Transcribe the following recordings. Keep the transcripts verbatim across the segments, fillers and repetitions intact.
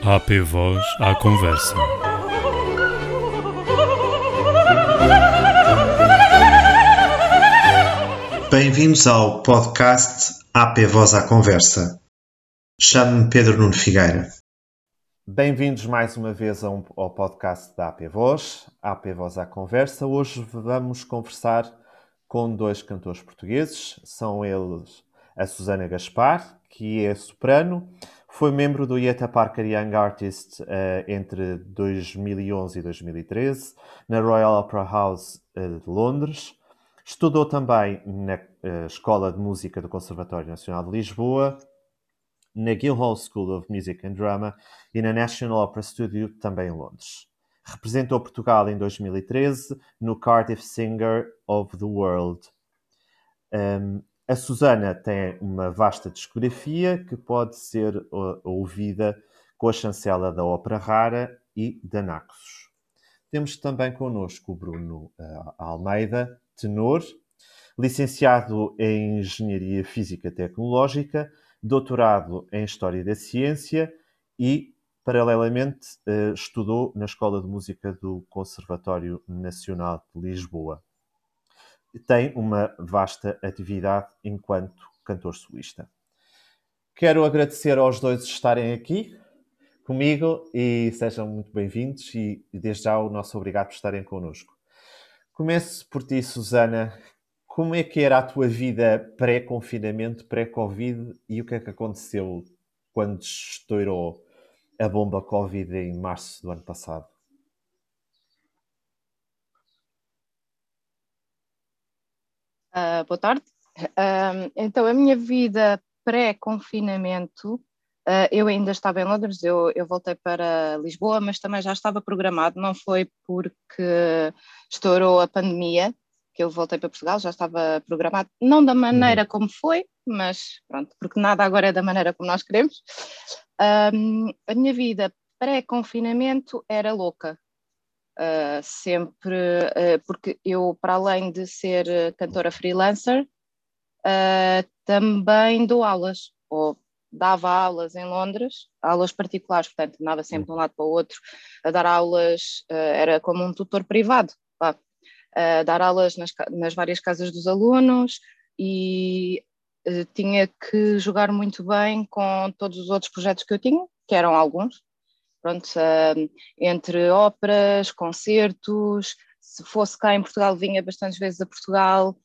A P Voz à Conversa. Bem-vindos ao podcast A P Voz à Conversa. Chamo-me Pedro Nuno Figueira. Bem-vindos mais uma vez a um, ao podcast da A P Voz, A P Voz à Conversa. Hoje vamos conversar com dois cantores portugueses. São eles a Susana Gaspar, que é soprano, foi membro do Yetta Parker Young Artist uh, entre dois mil e onze e dois mil e treze, na Royal Opera House uh, de Londres. Estudou também na uh, Escola de Música do Conservatório Nacional de Lisboa, na Guildhall School of Music and Drama e na National Opera Studio, também em Londres. Representou Portugal em dois mil e treze no Cardiff Singer of the World. Um, a Susana tem uma vasta discografia que pode ser uh, ouvida com a chancela da Ópera Rara e da Naxos. Temos também connosco o Bruno uh, Almeida, tenor, licenciado em Engenharia Física Tecnológica, doutorado em História da Ciência e, paralelamente, estudou na Escola de Música do Conservatório Nacional de Lisboa. Tem uma vasta atividade enquanto cantor solista. Quero agradecer aos dois estarem aqui comigo e sejam muito bem-vindos e, desde já, o nosso obrigado por estarem connosco. Começo por ti, Susana. Como é que era a tua vida pré-confinamento, pré-Covid e o que é que aconteceu quando estourou a bomba Covid em março do ano passado? Uh, boa tarde. Uh, então, a minha vida pré-confinamento, uh, eu ainda estava em Londres, eu, eu voltei para Lisboa, mas também já estava programado, não foi porque estourou a pandemia que eu voltei para Portugal, já estava programado, não da maneira uhum. como foi, mas pronto, porque nada agora é da maneira como nós queremos. Um, a minha vida pré-confinamento era louca, uh, sempre, uh, porque eu, para além de ser cantora freelancer, uh, também dou aulas, ou dava aulas em Londres, aulas particulares, portanto, andava sempre de um lado para o outro, a dar aulas, uh, era como um tutor privado, pá. Uh, dar aulas nas, nas várias casas dos alunos e uh, tinha que jogar muito bem com todos os outros projetos que eu tinha, que eram alguns, pronto, uh, entre óperas, concertos, se fosse cá em Portugal vinha bastantes vezes a Portugal,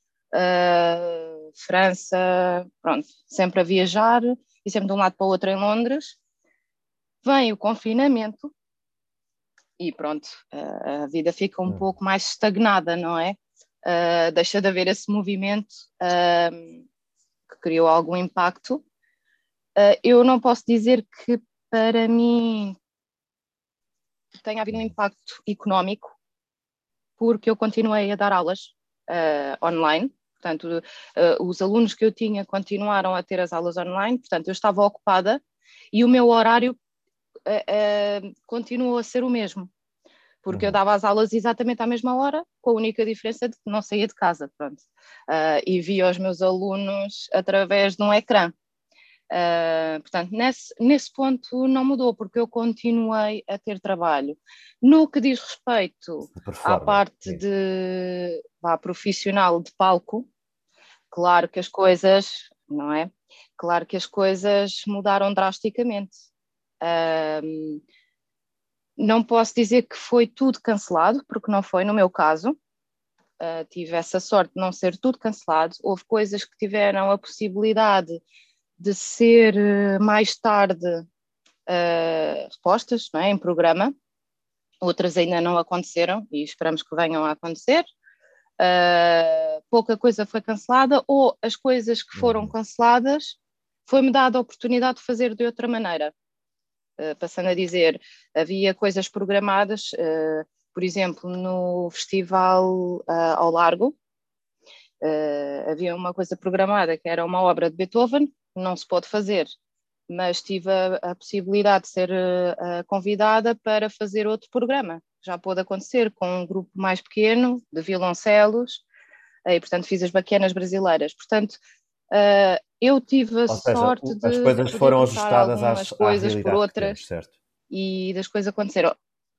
uh, França, pronto, sempre a viajar e sempre de um lado para o outro em Londres. Vem o confinamento e pronto, a vida fica um hum. pouco mais estagnada, não é? Uh, deixa de haver esse movimento uh, que criou algum impacto. Uh, eu não posso dizer que para mim tenha havido um impacto económico, porque eu continuei a dar aulas uh, online, portanto, uh, os alunos que eu tinha continuaram a ter as aulas online, portanto, eu estava ocupada e o meu horário Uh, uh, continuou a ser o mesmo, porque uhum. eu dava as aulas exatamente à mesma hora, com a única diferença de que não saía de casa, pronto, uh, e via os meus alunos através de um ecrã. Uh, portanto, nesse, nesse ponto não mudou, porque eu continuei a ter trabalho. No que diz respeito à parte de, à profissional de palco, claro que as coisas, não é? Claro que as coisas mudaram drasticamente. Um, não posso dizer que foi tudo cancelado, porque não foi no meu caso. Uh, tive essa sorte de não ser tudo cancelado. Houve coisas que tiveram a possibilidade de ser uh, mais tarde uh, repostas, não é, em programa. Outras ainda não aconteceram e esperamos que venham a acontecer. Uh, pouca coisa foi cancelada, ou as coisas que foram canceladas foi-me dada a oportunidade de fazer de outra maneira. Uh, passando a dizer, havia coisas programadas, uh, por exemplo, no Festival uh, ao Largo, uh, havia uma coisa programada que era uma obra de Beethoven, não se pode fazer, mas tive a, a possibilidade de ser uh, convidada para fazer outro programa. Já pôde acontecer com um grupo mais pequeno, de violoncelos, uh, e portanto fiz as baquianas brasileiras. Portanto, uh, eu tive a Ou seja, sorte de as coisas foram ajustadas algumas às, coisas à por outras. temos, certo? e das coisas aconteceram.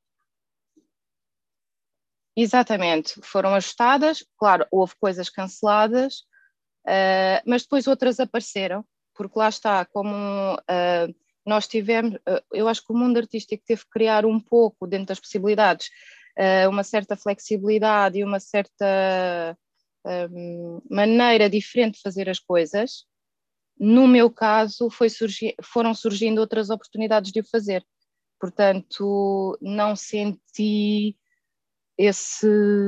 Exatamente, foram ajustadas, claro, houve coisas canceladas, uh, mas depois outras apareceram, porque lá está, como uh, nós tivemos, uh, eu acho que o mundo artístico teve que criar um pouco, dentro das possibilidades, uh, uma certa flexibilidade e uma certa um, maneira diferente de fazer as coisas. No meu caso, foi surgi- foram surgindo outras oportunidades de o fazer, portanto, não senti esse,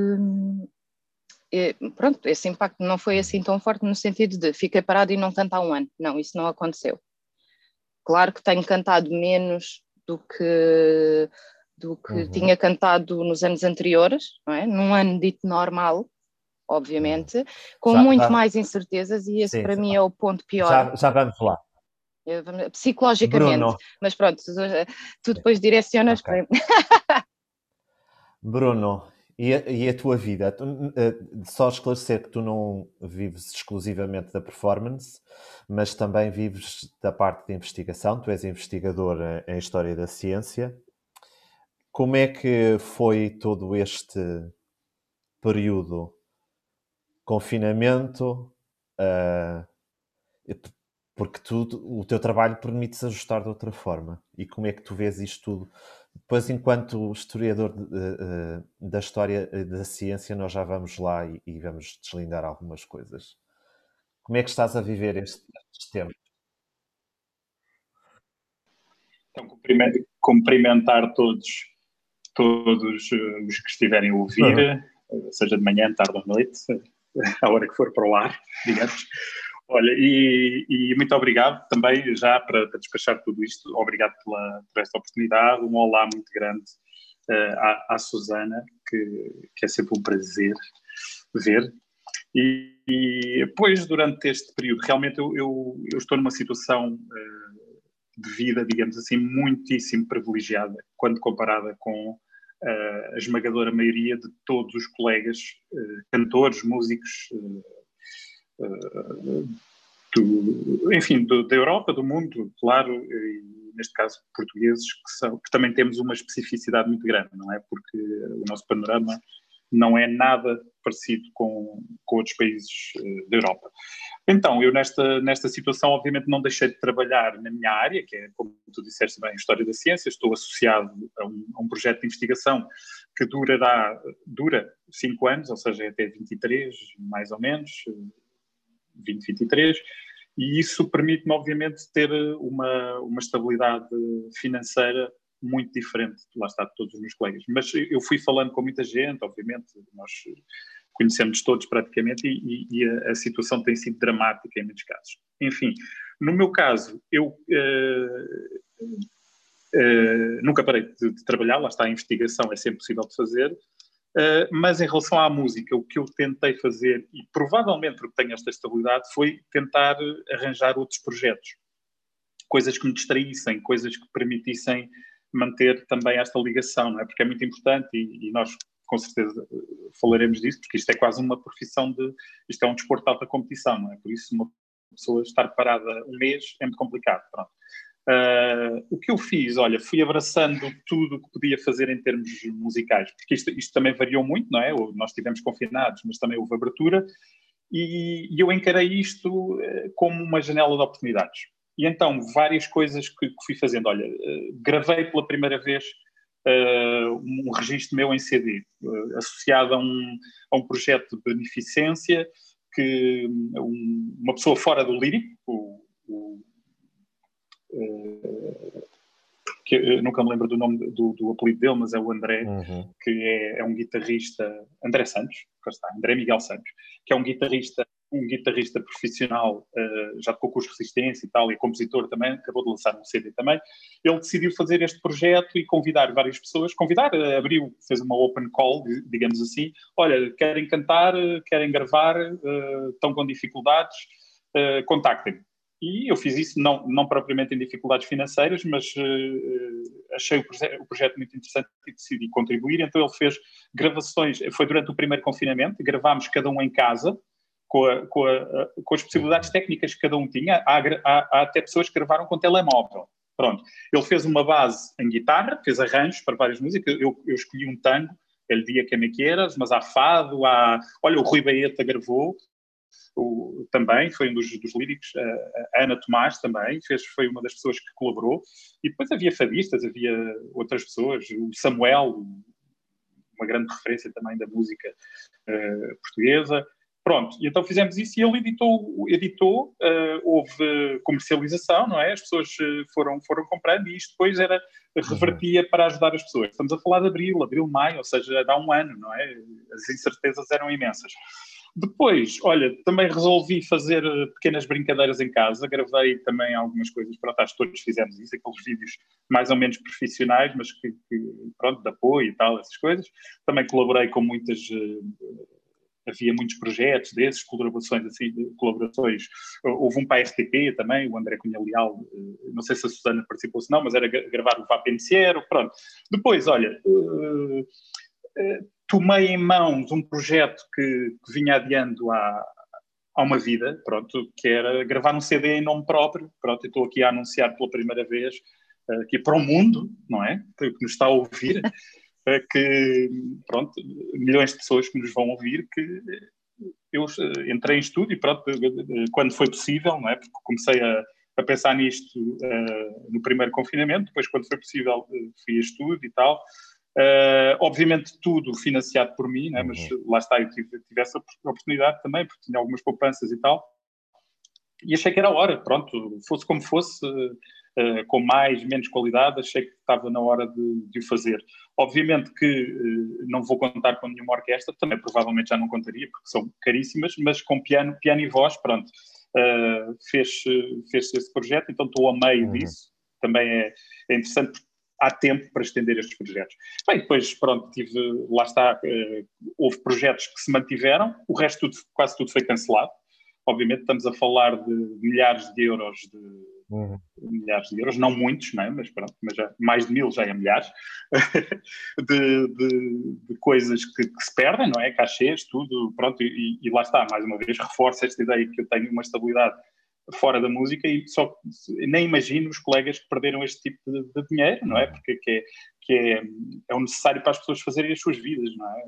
pronto, esse impacto não foi assim tão forte no sentido de fiquei parado e não canto há um ano. Não, isso não aconteceu. Claro que tenho cantado menos do que, do que uhum. tinha cantado nos anos anteriores, não é? Num ano dito normal, obviamente, uhum. com já, muito já... mais incertezas, e esse sim, para sim. mim é o ponto pior. Já, já vamos lá. Psicologicamente, Bruno. Mas pronto, tu depois direcionas okay. para... Bruno, e a, e a tua vida? Tu, uh, só esclarecer que tu não vives exclusivamente da performance, mas também vives da parte de investigação. Tu és investigador em História da Ciência. Como é que foi todo este período? Confinamento? Uh, porque tu, o teu trabalho permite-se ajustar de outra forma. E como é que tu vês isto tudo? Depois, enquanto historiador de, de, da história da ciência, nós já vamos lá e, e vamos deslindar algumas coisas. Como é que estás a viver este, estes tempos? Então, cumprimentar todos, todos os que estiverem a ouvir, uhum. seja de manhã, tarde ou noite, à hora que for para o ar, digamos. Olha, e, e muito obrigado também, já para, para despachar tudo isto, obrigado pela, por esta oportunidade, um olá muito grande uh, à, à Susana, que, que é sempre um prazer ver. E, e depois, durante este período, realmente eu, eu, eu estou numa situação uh, de vida, digamos assim, muitíssimo privilegiada, quando comparada com uh, a esmagadora maioria de todos os colegas, uh, cantores, músicos, uh, Uh, do, enfim, do, da Europa, do mundo, claro, e neste caso portugueses, que, são, que também temos uma especificidade muito grande, não é? Porque o nosso panorama não é nada parecido com, com outros países uh, da Europa. Então, eu nesta, nesta situação, obviamente, não deixei de trabalhar na minha área, que é, como tu disseste bem, História da Ciência. Estou associado a um, a um projeto de investigação que durará, dura cinco anos, ou seja, até vinte e três, mais ou menos, vinte, vinte e três, e isso permite-me, obviamente, ter uma, uma estabilidade financeira muito diferente, lá está, de todos os meus colegas. Mas eu fui falando com muita gente, obviamente, nós conhecemos todos praticamente, e, e a, a situação tem sido dramática em muitos casos. Enfim, no meu caso, eu uh, uh, nunca parei de, de trabalhar, lá está, a investigação é sempre possível de fazer. Uh, mas em relação à música, o que eu tentei fazer, e provavelmente porque tenho esta estabilidade, foi tentar arranjar outros projetos. Coisas que me distraíssem, coisas que permitissem manter também esta ligação, não é? Porque é muito importante, e, e nós com certeza falaremos disso, porque isto é quase uma profissão de... Isto é um desporto de alta competição, não é? Por isso uma pessoa estar parada um mês é muito complicado, pronto. Uh, o que eu fiz, olha, fui abraçando tudo o que podia fazer em termos musicais, porque isto, isto também variou muito, não é? Nós estivemos confinados, mas também houve abertura, e, e eu encarei isto uh, como uma janela de oportunidades. E então, várias coisas que, que fui fazendo. Olha, uh, gravei pela primeira vez uh, um registro meu em C D, uh, associado a um, a um projeto de beneficência, que um, uma pessoa fora do lírico, o, o que eu nunca me lembro do nome do, do apelido dele, mas é o André, uhum. que é, é um guitarrista, André Santos, cá está, André Miguel Santos, que é um guitarrista, um guitarrista profissional, uh, já tocou com os Resistência e tal, e compositor também, acabou de lançar um C D também. Ele decidiu fazer este projeto e convidar várias pessoas, convidar, uh, abriu, fez uma open call, digamos assim, olha, querem cantar, querem gravar, uh, estão com dificuldades, uh, contactem-me. E eu fiz isso não, não propriamente em dificuldades financeiras, mas uh, achei o, proje- o projeto muito interessante e decidi contribuir. Então ele fez gravações, foi durante o primeiro confinamento, gravámos cada um em casa, com, a, com, a, com as possibilidades técnicas que cada um tinha. Há, há, há até pessoas que gravaram com telemóvel. Pronto. Ele fez uma base em guitarra, fez arranjos para várias músicas. Eu, eu escolhi um tango, ele dia que me queiras, mas há fado, há... Olha, o Rui Baeta gravou, o, também, foi um dos, dos líricos. A Ana Tomás também, fez, foi uma das pessoas que colaborou. E depois havia fadistas, havia outras pessoas. O Samuel, uma grande referência também da música uh, portuguesa. Pronto, e então fizemos isso e ele editou, editou uh, houve comercialização, não é? As pessoas uh, foram, foram comprando e isto depois era, revertia uhum. para ajudar as pessoas. Estamos a falar de abril, abril, maio, ou seja, há um ano, não é? As incertezas eram imensas. Depois, olha, também resolvi fazer pequenas brincadeiras em casa, gravei também algumas coisas, pronto, acho que todos fizemos isso, aqueles vídeos mais ou menos profissionais, mas que, que pronto, de apoio e tal, essas coisas. Também colaborei com muitas... Uh, havia muitos projetos desses, colaborações assim, colaborações. Houve um para a R T P também, o André Cunha Leal, não sei se a Susana participou, se não, mas era gravar o Vá Pensiero, pronto. Depois, olha, uh, uh, tomei em mãos um projeto que, que vinha adiando há, há uma vida, pronto, que era gravar um C D em nome próprio, pronto, e estou aqui a anunciar pela primeira vez, uh, aqui para o mundo, não é? Que nos está a ouvir, que, pronto, milhões de pessoas que nos vão ouvir, que eu entrei em estúdio e pronto, quando foi possível, não é? Porque comecei a, a pensar nisto uh, no primeiro confinamento, depois quando foi possível uh, fui a estúdio e tal. Uh, obviamente tudo financiado por mim, não é? Mas lá está, eu tive, tive essa oportunidade também, porque tinha algumas poupanças e tal. E achei que era a hora, pronto, fosse como fosse... Uh, Uh, com mais, menos qualidade, achei que estava na hora de, de o fazer. Obviamente que uh, não vou contar com nenhuma orquestra, também provavelmente já não contaria, porque são caríssimas, mas com piano, piano e voz, pronto, uh, fez, fez esse projeto, então estou a meio uhum. disso, também é, é interessante, porque há tempo para estender estes projetos. Bem, depois, pronto, tive, lá está, uh, houve projetos que se mantiveram, o resto tudo, quase tudo foi cancelado. Obviamente estamos a falar de milhares de euros de Uhum. milhares de euros, não muitos, não é? Mas pronto, mas já, mais de mil já é milhares de, de, de coisas que, que se perdem, não é? Cachês, tudo, pronto, e, e lá está, mais uma vez, reforço esta ideia que eu tenho uma estabilidade fora da música e só nem imagino os colegas que perderam este tipo de, de dinheiro, não é? Porque que é, que é, é o necessário para as pessoas fazerem as suas vidas, não é?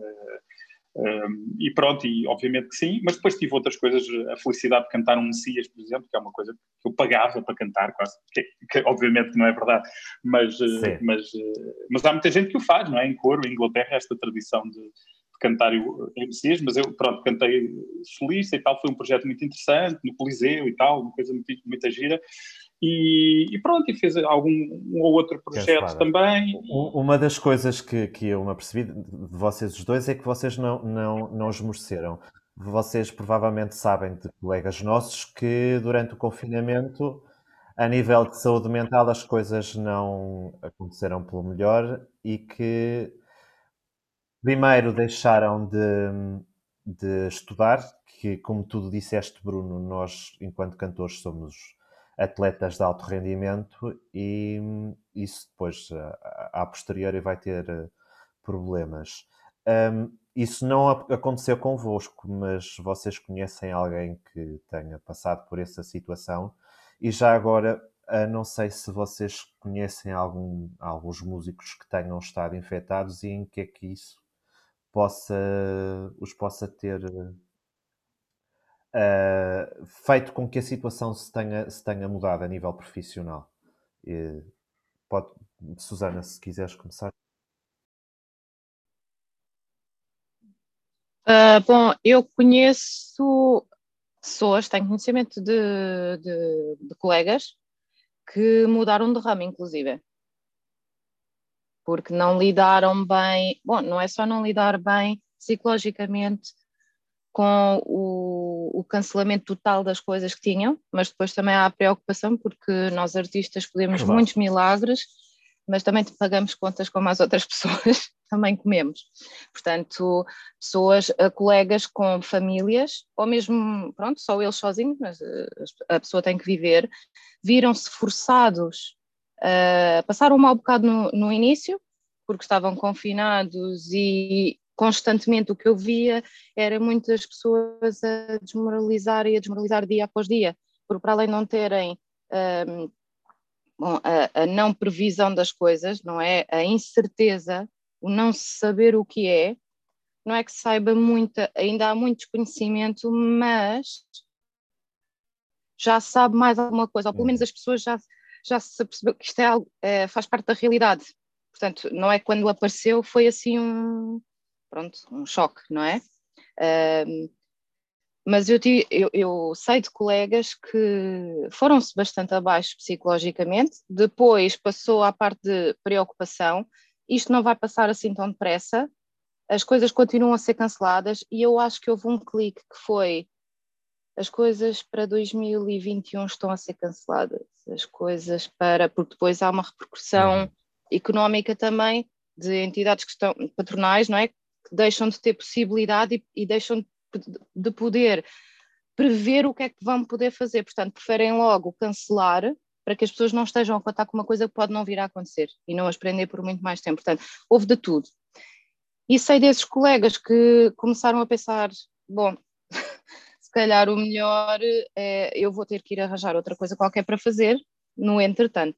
Um, e pronto, e obviamente que sim, mas depois tive outras coisas, a felicidade de cantar um Messias, por exemplo, que é uma coisa que eu pagava para cantar quase, que, que obviamente não é verdade, mas, mas, mas há muita gente que o faz, não é? Em coro, em Inglaterra, esta tradição de, de cantar em Messias, mas eu, pronto, cantei solista e tal, foi um projeto muito interessante, no Coliseu e tal, uma coisa muito, muito gira. E, e pronto, e fez algum um ou outro projeto também. Uma das coisas que, que eu me apercebi de vocês os dois é que vocês não, não, não esmoreceram. Vocês provavelmente sabem de colegas nossos que durante o confinamento, a nível de saúde mental, as coisas não aconteceram pelo melhor e que primeiro deixaram de, de estudar, que como tu disseste, Bruno, nós enquanto cantores somos atletas de alto rendimento e isso depois, a posteriori, vai ter problemas. Um, isso não aconteceu convosco, mas vocês conhecem alguém que tenha passado por essa situação e já agora, não sei se vocês conhecem algum, alguns músicos que tenham estado infectados e em que é que isso possa, os possa ter... Uh, feito com que a situação se tenha, se tenha mudado a nível profissional. E pode, Susana, se quiseres começar. Uh, bom, eu conheço pessoas, tenho conhecimento de, de, de colegas que mudaram de ramo, inclusive. Porque não lidaram bem, bom, não é só não lidar bem psicologicamente com o, o cancelamento total das coisas que tinham, mas depois também há a preocupação porque nós artistas podemos claro. muitos milagres, mas também pagamos contas como as outras pessoas também comemos. Portanto, pessoas, colegas com famílias, ou mesmo, pronto, só eles sozinhos, mas a pessoa tem que viver, viram-se forçados, uh, passaram um mau bocado no, no início, porque estavam confinados e constantemente o que eu via era muitas pessoas a desmoralizar e a desmoralizar dia após dia, porque para além de não terem um, bom, a, a não previsão das coisas, não é? A incerteza, o não saber o que é, não é que saiba muita, ainda há muito desconhecimento, mas já se sabe mais alguma coisa, ou pelo menos as pessoas já, já se percebeu que isto é algo, é, faz parte da realidade. Portanto, não é quando apareceu, foi assim um, pronto, um choque, não é? Um, mas eu, eu, eu sei de colegas que foram-se bastante abaixo psicologicamente, depois passou à parte de preocupação, isto não vai passar assim tão depressa, as coisas continuam a ser canceladas e eu acho que houve um clique que foi as coisas para dois mil e vinte e um estão a ser canceladas, as coisas para, porque depois há uma repercussão uhum. económica também de entidades que estão patronais, não é? Que deixam de ter possibilidade e, e deixam de, de poder prever o que é que vão poder fazer, portanto preferem logo cancelar para que as pessoas não estejam a contar com uma coisa que pode não vir a acontecer e não as prender por muito mais tempo, portanto houve de tudo. E sei desses colegas que começaram a pensar, bom, se calhar o melhor é eu vou ter que ir arranjar outra coisa qualquer para fazer, no entretanto.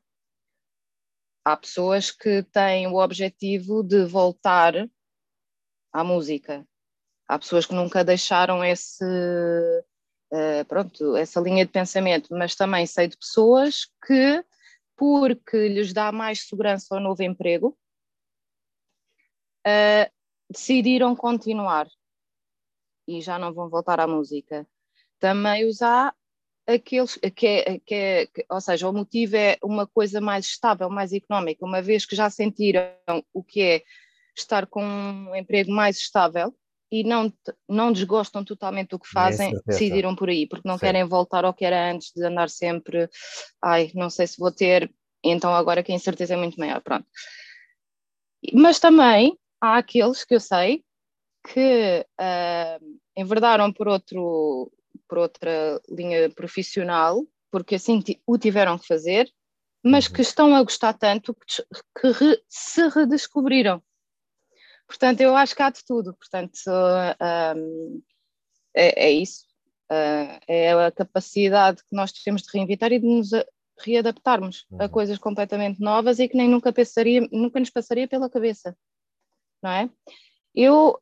Há pessoas que têm o objetivo de voltar à música. Há pessoas que nunca deixaram esse, uh, pronto, essa linha de pensamento, mas também sei de pessoas que, porque lhes dá mais segurança ao novo emprego, Uh, decidiram continuar e já não vão voltar à música. Também os há aqueles que, é, que, é, que ou seja, o motivo é uma coisa mais estável, mais económica, uma vez que já sentiram o que é estar com um emprego mais estável e não, não desgostam totalmente do que fazem, decidiram por aí, porque não Sim. querem voltar ao que era antes de andar sempre, ai, não sei se vou ter, então agora que a incerteza é muito maior, pronto. Mas também há aqueles que eu sei que uh, enverdaram por, outro, por outra linha profissional, porque assim o tiveram que fazer, mas uhum. que estão a gostar tanto que, que re, se redescobriram. Portanto, eu acho que há de tudo. Portanto, uh, um, é, é isso. Uh, é a capacidade que nós temos de reinventar e de nos readaptarmos uhum. a coisas completamente novas e que nem nunca, pensaria, nunca nos passaria pela cabeça. Não é? Eu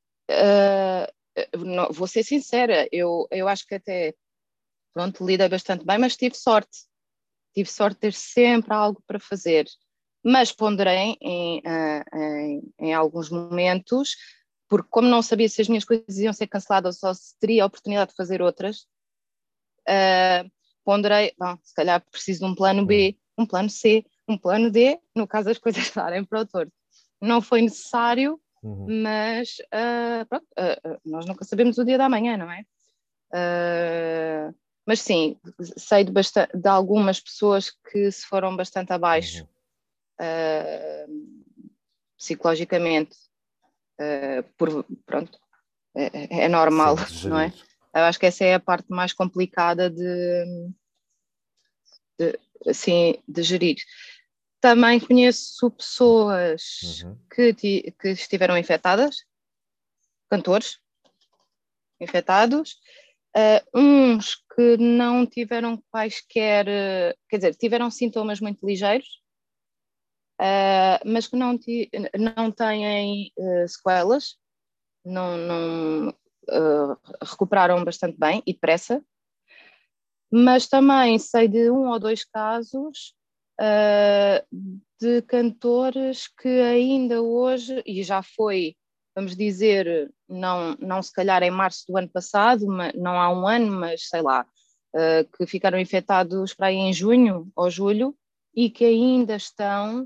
uh, não, vou ser sincera, eu, eu acho que até pronto, lidei bastante bem, mas tive sorte. Tive sorte de ter sempre algo para fazer. Mas ponderei em, uh, em, em alguns momentos, porque como não sabia se as minhas coisas iam ser canceladas ou se teria a oportunidade de fazer outras, uh, ponderei, bom, se calhar preciso de um plano B, um plano C, um plano D, no caso as coisas darem para o torto. Não foi necessário, Uhum. mas uh, pronto, uh, uh, nós nunca sabemos o dia da manhã, não é? Uh, mas sim, sei de, bastante, de algumas pessoas que se foram bastante abaixo uhum. uh, psicologicamente, uh, por, pronto, é, é normal, sim, não é? Eu acho que essa é a parte mais complicada de, de, assim, de gerir. Também conheço pessoas uhum. que, que estiveram infectadas, cantores infectados, uh, uns que não tiveram quaisquer, uh, quer dizer, tiveram sintomas muito ligeiros, uh, mas que não, ti, não têm uh, sequelas, não, não uh, recuperaram bastante bem e depressa, mas também sei de um ou dois casos Uh, de cantores que ainda hoje, e já foi, vamos dizer, não, não se calhar em março do ano passado, mas, não há um ano, mas sei lá, uh, que ficaram infectados para aí em junho ou julho e que ainda estão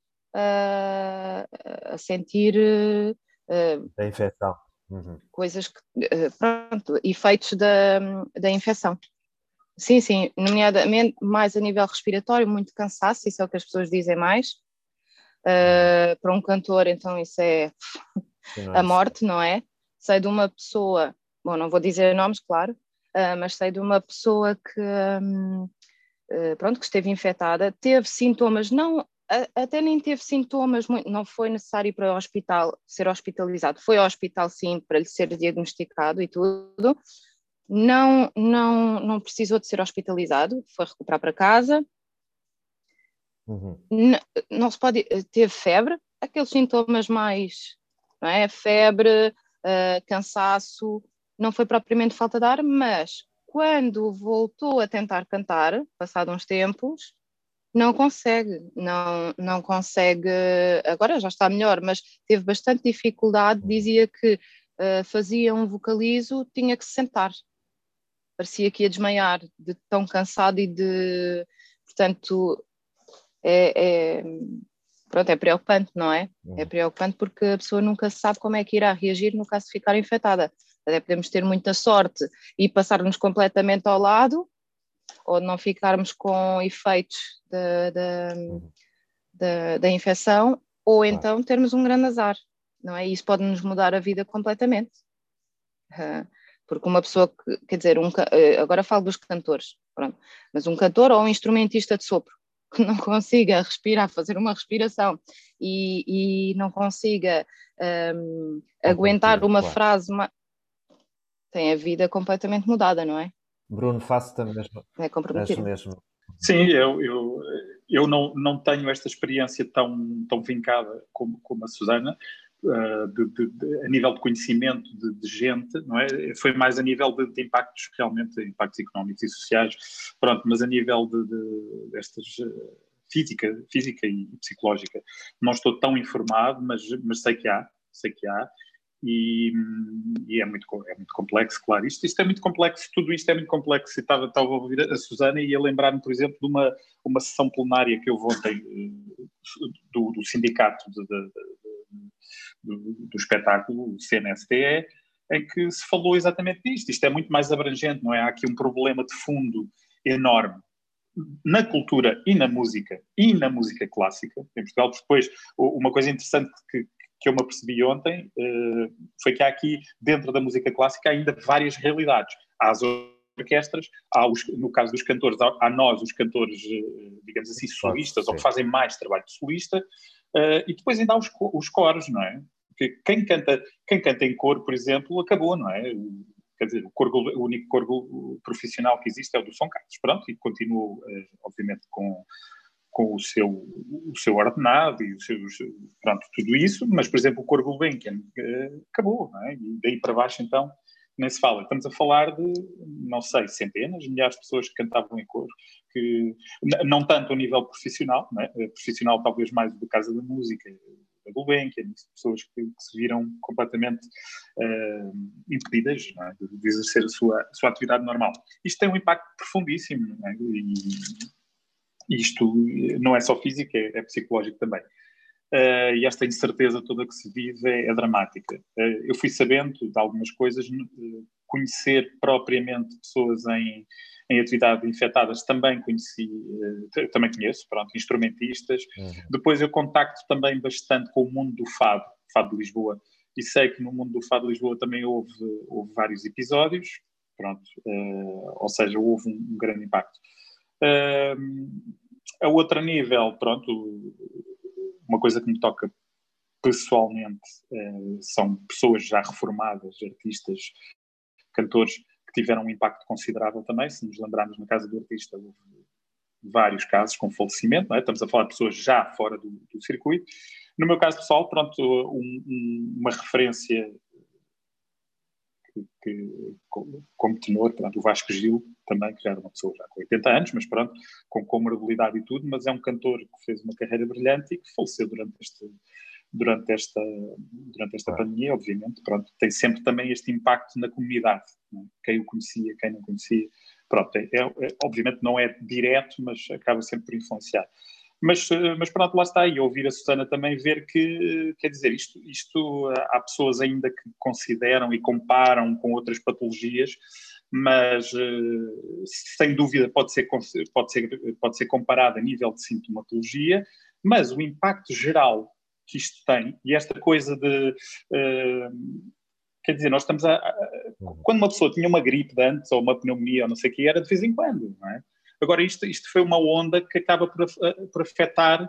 uh, a sentir uh, a infecção. Uhum. Coisas, que, uh, pronto, efeitos da, da infecção. Sim, sim, nomeadamente mais a nível respiratório, muito cansaço, isso é o que as pessoas dizem mais. Uh, para um cantor, então isso é não é a morte, isso. Não é? Sei de uma pessoa, bom, não vou dizer nomes, claro, uh, mas sei de uma pessoa que, um, uh, pronto, que esteve infectada, teve sintomas, não, uh, até nem teve sintomas, muito, não foi necessário ir para o hospital, ser hospitalizado, foi ao hospital sim, para lhe ser diagnosticado e tudo. Não, não, não precisou de ser hospitalizado, foi recuperar para casa Uhum. N- não se pode. Teve febre, aqueles sintomas mais, não é? Febre, uh, cansaço, não foi propriamente falta de ar, mas quando voltou a tentar cantar, passado uns tempos, não consegue, não, não consegue, agora já está melhor, mas teve bastante dificuldade, dizia que uh, fazia um vocalizo, tinha que se sentar, parecia que ia desmaiar de tão cansado e de, portanto, é, é, pronto, é preocupante, não é? É preocupante porque a pessoa nunca sabe como é que irá reagir no caso de ficar infectada. Até podemos ter muita sorte e passar-nos completamente ao lado, ou não ficarmos com efeitos da, da, da, da infecção, ou então termos um grande azar, não é? E isso pode nos mudar a vida completamente. Uh, porque uma pessoa que, quer dizer, um, agora falo dos cantores, pronto, mas um cantor ou um instrumentista de sopro que não consiga respirar, fazer uma respiração e, e não consiga um, aguentar uma claro. frase, uma... tem a vida completamente mudada, não é? Bruno, faço-te a mesma. É comprometido. mesmo. Sim, eu, eu, eu não, não tenho esta experiência tão, tão vincada como, como a Susana, uh, de, de, de, a nível de conhecimento de, de gente, não é? Foi mais a nível de, de impactos, realmente, impactos económicos e sociais, pronto, mas a nível de, de, destas uh, física, física e psicológica, não estou tão informado, mas, mas sei que há, sei que há. E, e é, muito, é muito complexo, claro. Isto, isto é muito complexo, tudo isto é muito complexo. Eu estava, estava a ouvir a Susana e ia lembrar-me, por exemplo, de uma, uma sessão plenária que eu ontem do, do sindicato de, de, de, do, do espetáculo, o C N S T E, em que se falou exatamente disto. Isto é muito mais abrangente, não é? Há aqui um problema de fundo enorme na cultura e na música, e na música clássica em Portugal. Depois, uma coisa interessante que que eu me apercebi ontem, uh, foi que há aqui, dentro da música clássica, ainda várias realidades. Há as orquestras, há os, no caso dos cantores, há, há nós, os cantores, uh, digamos assim, solistas, ou que fazem mais trabalho de solista, uh, e depois ainda há os, os coros, não é? Porque quem canta, quem canta em coro, por exemplo, acabou, não é? O, quer dizer, o, coro, o único coro profissional que existe é o do São Carlos, pronto, e continua, uh, obviamente, com... com o seu, o seu ordenado e os seus, pronto, tudo isso, mas, por exemplo, o coro Gulbenkian acabou, não é? E daí para baixo, então, nem se fala. Estamos a falar de, não sei, centenas, milhares de pessoas que cantavam em coro, que, não tanto a nível profissional, não é? Profissional talvez mais do Casa da Música, da Gulbenkian, pessoas que, que se viram completamente uh, impedidas, não é? de, de exercer a sua, a sua atividade normal. Isto tem um impacto profundíssimo, não é? E, isto não é só físico, é, é psicológico também. Uh, e esta incerteza toda que se vive é, é dramática. Uh, eu fui sabendo de algumas coisas, uh, conhecer propriamente pessoas em, em atividade infectadas, também conheci, uh, também conheço, pronto, instrumentistas. Uhum. Depois eu contacto também bastante com o mundo do fado, fado de Lisboa, e sei que no mundo do fado de Lisboa também houve, houve vários episódios, pronto, uh, ou seja, houve um, um grande impacto. Uh, a outro nível, pronto, uma coisa que me toca pessoalmente uh, são pessoas já reformadas, artistas, cantores, que tiveram um impacto considerável também. Se nos lembrarmos, na casa do artista houve vários casos com falecimento, não é? Estamos a falar de pessoas já fora do, do circuito. No meu caso pessoal, pronto, um, um, uma referência que, como tenor, pronto, o Vasco Gil também, que já era uma pessoa já com oitenta anos, mas pronto, com comorbilidade e tudo, mas é um cantor que fez uma carreira brilhante e que faleceu durante este, durante esta, durante esta ah. pandemia, obviamente, pronto, tem sempre também este impacto na comunidade, não é? Quem o conhecia, quem não conhecia, pronto, é, é, obviamente não é direto, mas acaba sempre por influenciar. Mas, mas pronto, lá está, e ouvir a Susana também ver que, quer dizer, isto, isto há pessoas ainda que consideram e comparam com outras patologias, mas sem dúvida pode ser, pode ser, pode ser comparado a nível de sintomatologia, mas o impacto geral que isto tem, e esta coisa de... Uh, quer dizer, nós estamos a, a... Quando uma pessoa tinha uma gripe de antes, ou uma pneumonia, ou não sei o que, era de vez em quando, não é? Agora, isto, isto foi uma onda que acaba por, por afetar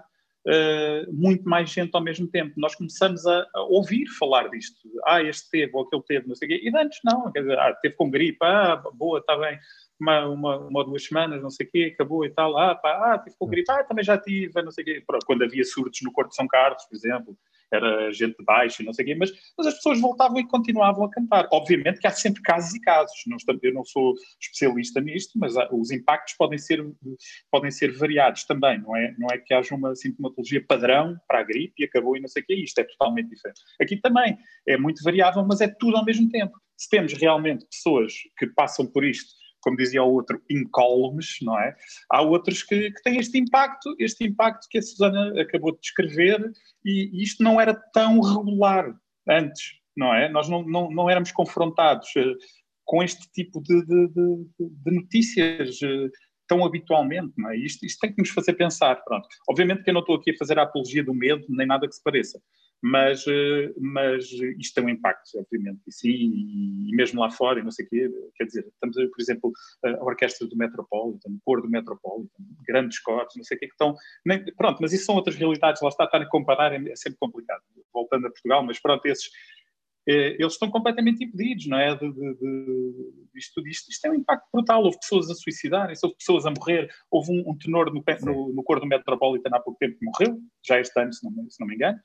uh, muito mais gente ao mesmo tempo. Nós começamos a, a ouvir falar disto. Ah, este teve, ou aquele teve, não sei o quê. E de antes não, quer dizer, ah, teve com gripe, ah, boa, está bem. Uma, uma, uma ou duas semanas, não sei o quê, acabou e tal, ah, pá, ah, tive com gripe, ah, também já tive, não sei o quê. Pronto, quando havia surtos no Corte de São Carlos, por exemplo, era gente de baixo e não sei o quê, mas, mas as pessoas voltavam e continuavam a cantar. Obviamente que há sempre casos e casos, não estou, eu não sou especialista nisto, mas há, os impactos podem ser, podem ser variados também, não é, não é que haja uma sintomatologia padrão para a gripe e acabou e não sei o quê, isto é totalmente diferente. Aqui também é muito variável, mas é tudo ao mesmo tempo. Se temos realmente pessoas que passam por isto, como dizia o outro, incólumes, não é? Há outros que, que têm este impacto, este impacto que a Susana acabou de descrever, e, e isto não era tão regular antes, não é? Nós não, não, não éramos confrontados uh, com este tipo de, de, de, de notícias uh, tão habitualmente, não é? Isto, isto tem que nos fazer pensar, pronto. Obviamente que eu não estou aqui a fazer a apologia do medo, nem nada que se pareça. Mas, mas isto tem um impacto, obviamente, e sim, e mesmo lá fora, e não sei o quê, quer dizer, estamos a ver, por exemplo, a orquestra do Metropolitan, o coro do Metropolitan, grandes coros, não sei o quê, que estão, nem, pronto, mas isso são outras realidades, lá está, estar a comparar é, é sempre complicado, voltando a Portugal, mas pronto, esses, eh, eles estão completamente impedidos, não é, de, de, de, isto, isto, isto é um impacto brutal, houve pessoas a suicidarem-se, houve pessoas a morrer, houve um, um tenor no, no, no coro do Metropolitan há pouco tempo que morreu, já este ano, se não, se não me engano.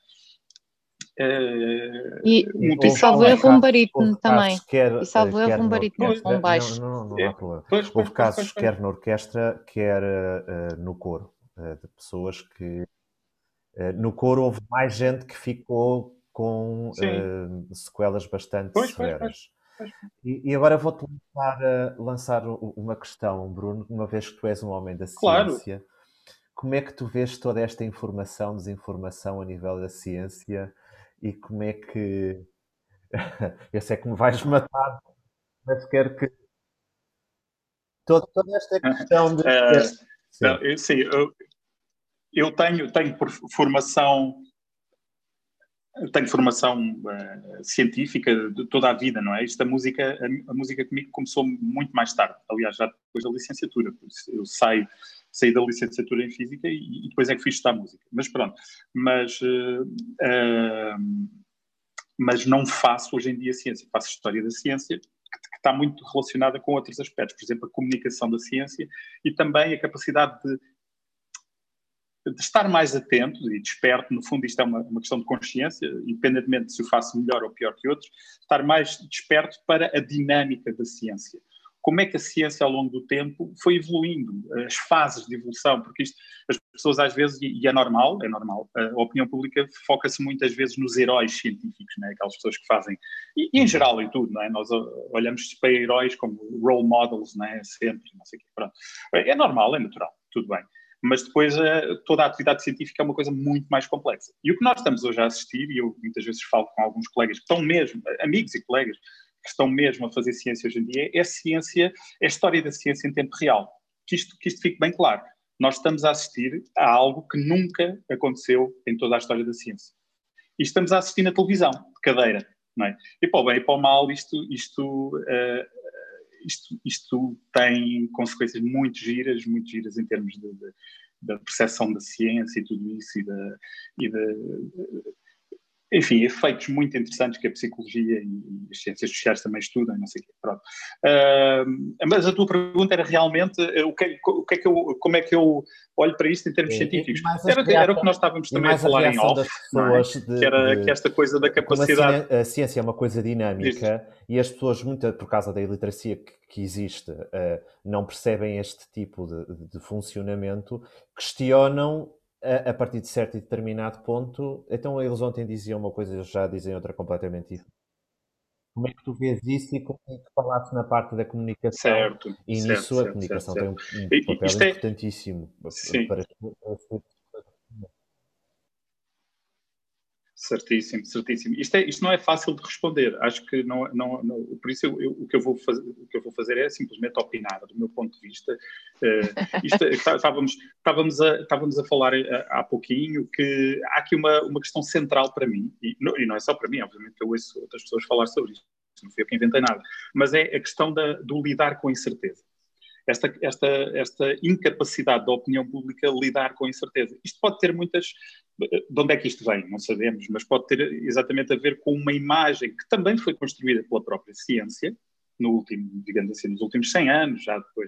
Uh, e um salvo erro um barítono também. Quer, e salvo erro um barítono com baixo. Não, não, não há problema. Pois, pois, houve pois, casos pois, pois. quer na orquestra, quer uh, no coro, uh, de pessoas que... Uh, no coro houve mais gente que ficou com uh, sequelas bastante pois, severas. Pois, pois. E, e agora vou-te lançar, uh, lançar uma questão, Bruno, uma vez que tu és um homem da claro. ciência. Como é que tu vês toda esta informação, desinformação a nível da ciência? E como é que... Eu sei que me vais matar, mas quero que... Toda, toda esta questão de... Uh, sim, não, eu, sim eu, eu tenho, tenho por formação... Tenho formação uh, científica de toda a vida, não é? Isto, a música, a, a música comigo começou muito mais tarde. Aliás, já depois da licenciatura. Eu saí, saí da licenciatura em Física e, e depois é que fui estudar música. Mas pronto. Mas... Uh, uh, mas não faço hoje em dia ciência, faço história da ciência, que, que está muito relacionada com outros aspectos, por exemplo, a comunicação da ciência e também a capacidade de, de estar mais atento e desperto. No fundo, isto é uma, uma questão de consciência, independentemente de se o faço melhor ou pior que outros, estar mais desperto para a dinâmica da ciência. Como é que a ciência, ao longo do tempo, foi evoluindo, as fases de evolução, porque isto, as pessoas às vezes, e é normal, é normal, a opinião pública foca-se muitas vezes nos heróis científicos, não é? Aquelas pessoas que fazem, e, e em geral em tudo, não é? Nós olhamos para heróis como role models, não é? Sempre, não sei o quê, pronto. É normal, é natural, tudo bem. Mas depois toda a atividade científica é uma coisa muito mais complexa. E o que nós estamos hoje a assistir, e eu muitas vezes falo com alguns colegas que estão mesmo, amigos e colegas, que estão mesmo a fazer ciência hoje em dia, é a ciência, é a história da ciência em tempo real. Que isto, que isto fique bem claro. Nós estamos a assistir a algo que nunca aconteceu em toda a história da ciência. E estamos a assistir na televisão, de cadeira, não é? E para o bem e para o mal, isto, isto, uh, isto, isto tem consequências muito giras, muito giras em termos de, de, da percepção da ciência e tudo isso, e da... E de, enfim, efeitos muito interessantes que a psicologia e as ciências sociais também estudam, não sei o quê. Pronto. Uh, mas a tua pergunta era realmente o que, o que é que eu, como é que eu olho para isto em termos é, científicos. Era, reação, era o que nós estávamos também a falar em off, não é? de, que era de, que esta coisa da capacidade... A, a ciência é uma coisa dinâmica e as pessoas, muito por causa da iliteracia que, que existe, uh, não percebem este tipo de, de funcionamento, questionam a partir de certo e determinado ponto. Então eles ontem diziam uma coisa, eles já dizem outra completamente diferente. Como é que tu vês isso e como é que falaste na parte da comunicação? Certo, e certo, nisso certo, a comunicação certo, tem um, um papel é... importantíssimo Sim. para... Certíssimo, certíssimo. Isto, é, isto não é fácil de responder. Acho que não, não, não por isso eu, eu, o, que eu vou fazer, o que eu vou fazer é simplesmente opinar, do meu ponto de vista. Uh, isto, estávamos, estávamos, a, estávamos a falar há pouquinho que há aqui uma, uma questão central para mim, e não, e não é só para mim, obviamente que eu ouço outras pessoas falar sobre isto, não fui eu que inventei nada, mas é a questão da, do lidar com a incerteza. esta, esta, esta incapacidade da opinião pública lidar com a incerteza. Isto pode ter muitas... De onde é que isto vem? Não sabemos, mas pode ter exatamente a ver com uma imagem que também foi construída pela própria ciência, no último, digamos assim, nos últimos cem anos, já depois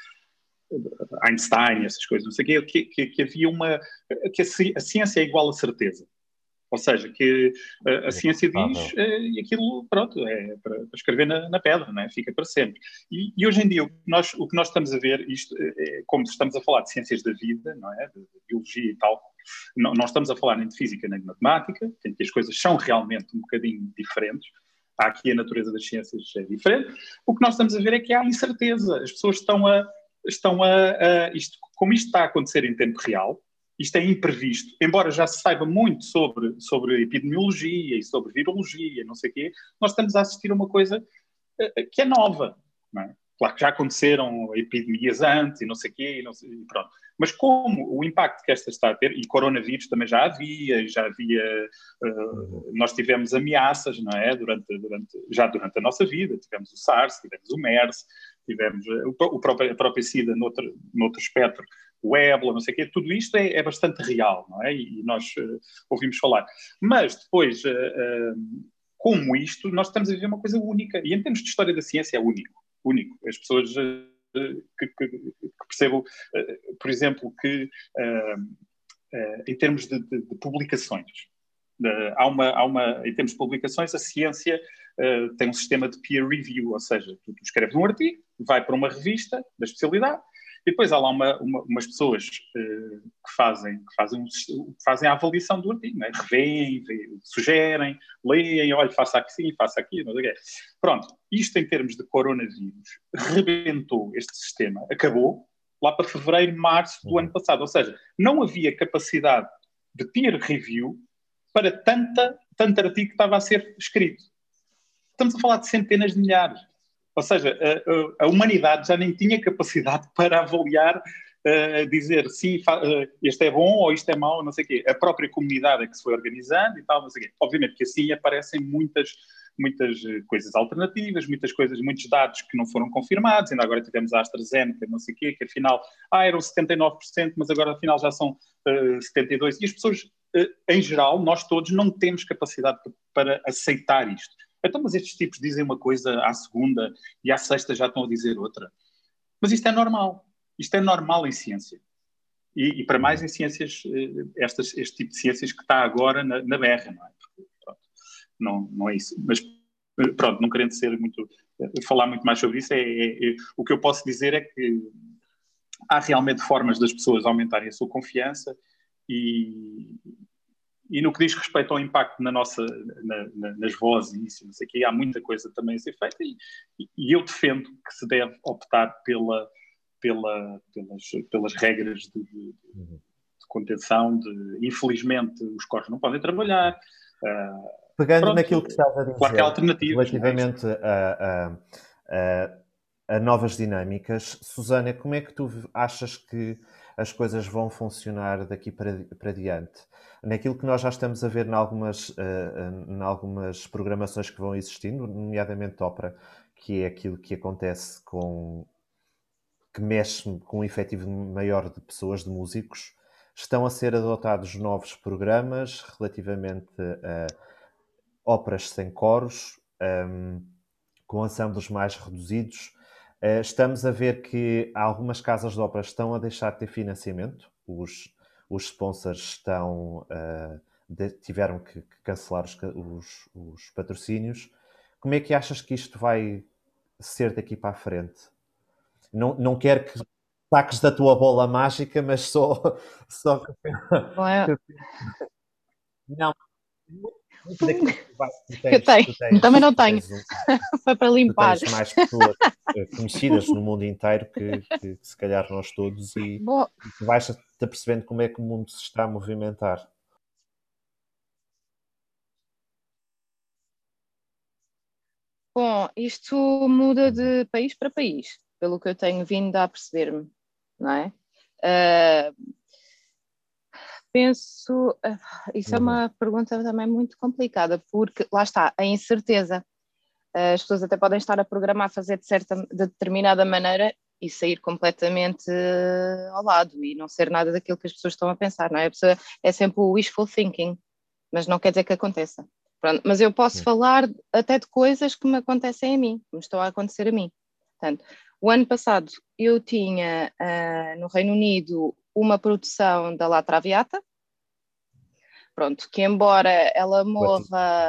de Einstein, essas coisas, não sei o quê, que, que havia uma... que a ciência é igual a certeza. Ou seja, que a, a ciência diz é, e aquilo, pronto, é para, para escrever na, na pedra, não é? Fica para sempre. E, e hoje em dia o que, nós, o que nós estamos a ver, isto, é, como estamos a falar de ciências da vida, não é? De, de biologia e tal, não, não estamos a falar nem de física nem de matemática, em que as coisas são realmente um bocadinho diferentes. Há aqui a natureza das ciências é diferente. O que nós estamos a ver é que há incerteza. As pessoas estão a... Estão a, a isto, como isto está a acontecer em tempo real, isto é imprevisto, embora já se saiba muito sobre, sobre epidemiologia e sobre virologia, não sei o quê, nós estamos a assistir a uma coisa uh, que é nova, não é? Claro que já aconteceram epidemias antes e não sei o quê, e não sei, e pronto. Mas como o impacto que esta está a ter, e coronavírus também já havia, já havia, uh, nós tivemos ameaças, não é? Durante, durante, já durante a nossa vida, tivemos o SARS, tivemos o MERS, tivemos uh, o, o próprio, a própria SIDA noutro, noutro espectro, o ébola, não sei o quê, tudo isto é, é bastante real, não é? E, e nós uh, ouvimos falar. Mas depois, uh, uh, como isto, nós estamos a viver uma coisa única, e em termos de história da ciência é único, único. As pessoas uh, que, que, que percebam, uh, por exemplo, que uh, uh, em termos de, de, de publicações, uh, há uma, há uma, em termos de publicações, a ciência uh, tem um sistema de peer review, ou seja, tu, tu escreves um artigo, vai para uma revista da especialidade, e depois há lá uma, uma, umas pessoas uh, que, fazem, que, fazem um, que fazem a avaliação do artigo, né? Revêem, sugerem, leem, olha, faça assim, faça aquilo, não sei o quê. Pronto, isto em termos de coronavírus, rebentou este sistema, acabou lá para fevereiro, março do ano passado. Ou seja, não havia capacidade de peer review para tanta, tanto artigo que estava a ser escrito. Estamos a falar de centenas de milhares. Ou seja, a, a humanidade já nem tinha capacidade para avaliar, uh, dizer sim, uh, este é bom ou isto é mau, não sei o quê. A própria comunidade é que se foi organizando e tal, não sei o quê. Obviamente que assim aparecem muitas, muitas coisas alternativas, muitas coisas, muitos dados que não foram confirmados. Ainda agora tivemos a AstraZeneca, não sei o quê, que afinal, ah, eram setenta e nove por cento, mas agora afinal já são uh, setenta e dois por cento. E as pessoas, uh, em geral, nós todos não temos capacidade para aceitar isto. Então, mas estes tipos dizem uma coisa à segunda e à sexta já estão a dizer outra. Mas isto é normal. Isto é normal em ciência. E, e para mais em ciências, estas, este tipo de ciências que está agora na, na berra, não é? Porque, pronto, não, não é isso. Mas, pronto, não querendo ser muito, falar muito mais sobre isso, é, é, é, o que eu posso dizer é que há realmente formas das pessoas aumentarem a sua confiança e... E no que diz respeito ao impacto na nossa, na, na, nas vozes e isso, não sei o quê, há muita coisa também a ser feita e, e eu defendo que se deve optar pela, pela, pelas, pelas regras de, de, de contenção, de, infelizmente os corpos não podem trabalhar. Uh, Pegando pronto, naquilo que estás a dizer, claro que há alternativas, relativamente a, a, a, a novas dinâmicas, Susana, como é que tu achas que as coisas vão funcionar daqui para, para diante? Naquilo que nós já estamos a ver em algumas, uh, em algumas programações que vão existindo, nomeadamente ópera, que é aquilo que acontece com... que mexe com um efetivo maior de pessoas, de músicos, estão a ser adotados novos programas relativamente a óperas sem coros, um, com ensembles mais reduzidos. Uh, estamos a ver que algumas casas de ópera estão a deixar de ter financiamento, os, os sponsors estão, uh, de, tiveram que, que cancelar os, os, os patrocínios. Como é que achas que isto vai ser daqui para a frente? Não, não quero que saques da tua bola mágica, mas só... só que... Não, muito daquilo que vai, tu tens, eu tenho, tu tens, também não tenho. Um, foi para limpar. Tu tens mais pessoas conhecidas no mundo inteiro que, que, que se calhar nós todos e, e tu vais-te apercebendo como é que o mundo se está a movimentar. Bom, isto muda de país para país, pelo que eu tenho vindo a perceber-me, não é? Uh, penso, uh, isso uhum. é uma pergunta também muito complicada, porque lá está, a incerteza. Uh, as pessoas até podem estar a programar fazer de certa, de determinada maneira e sair completamente uh, ao lado e não ser nada daquilo que as pessoas estão a pensar, não é? A pessoa é sempre o wishful thinking, mas não quer dizer que aconteça. Pronto, mas eu posso Sim. falar até de coisas que me acontecem a mim, que me estão a acontecer a mim. Portanto, o ano passado eu tinha uh, no Reino Unido uma produção da La Traviata, pronto, que embora ela morra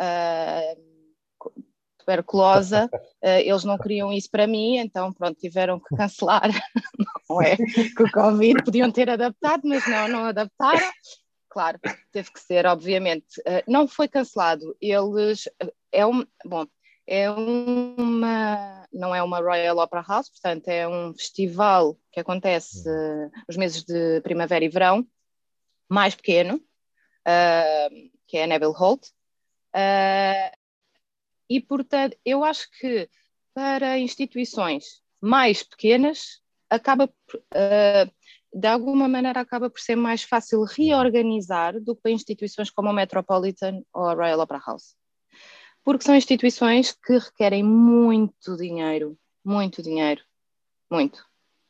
uh, tuberculosa, uh, eles não queriam isso para mim, então pronto, tiveram que cancelar, não é? Que o Covid podiam ter adaptado, mas não, não adaptaram. Claro, teve que ser, obviamente. Uh, não foi cancelado, eles, uh, é um, bom, é uma, não é uma Royal Opera House, portanto é um festival que acontece uh, nos meses de primavera e verão, mais pequeno, uh, que é a Neville Holt, uh, e portanto eu acho que para instituições mais pequenas acaba, uh, de alguma maneira acaba por ser mais fácil reorganizar do que para instituições como a Metropolitan ou a Royal Opera House. Porque são instituições que requerem muito dinheiro, muito dinheiro, muito.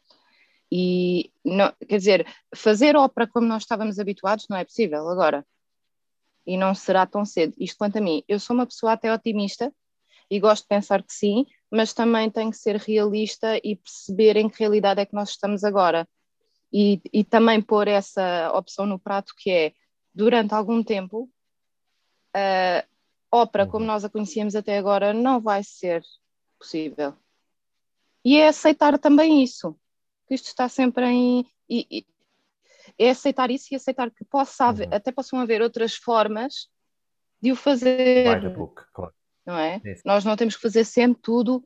E, não, quer dizer, fazer ópera como nós estávamos habituados não é possível agora. E não será tão cedo. Isto quanto a mim, eu sou uma pessoa até otimista e gosto de pensar que sim, mas também tenho que ser realista e perceber em que realidade é que nós estamos agora. E, e também pôr essa opção no prato que é, durante algum tempo, uh, ópera, como nós a conhecíamos até agora, não vai ser possível. E é aceitar também isso, que isto está sempre em... E, e, é aceitar isso e aceitar que possa haver, uhum. até possam haver outras formas de o fazer. By the book, claro. Não é? Isso. Nós não temos que fazer sempre tudo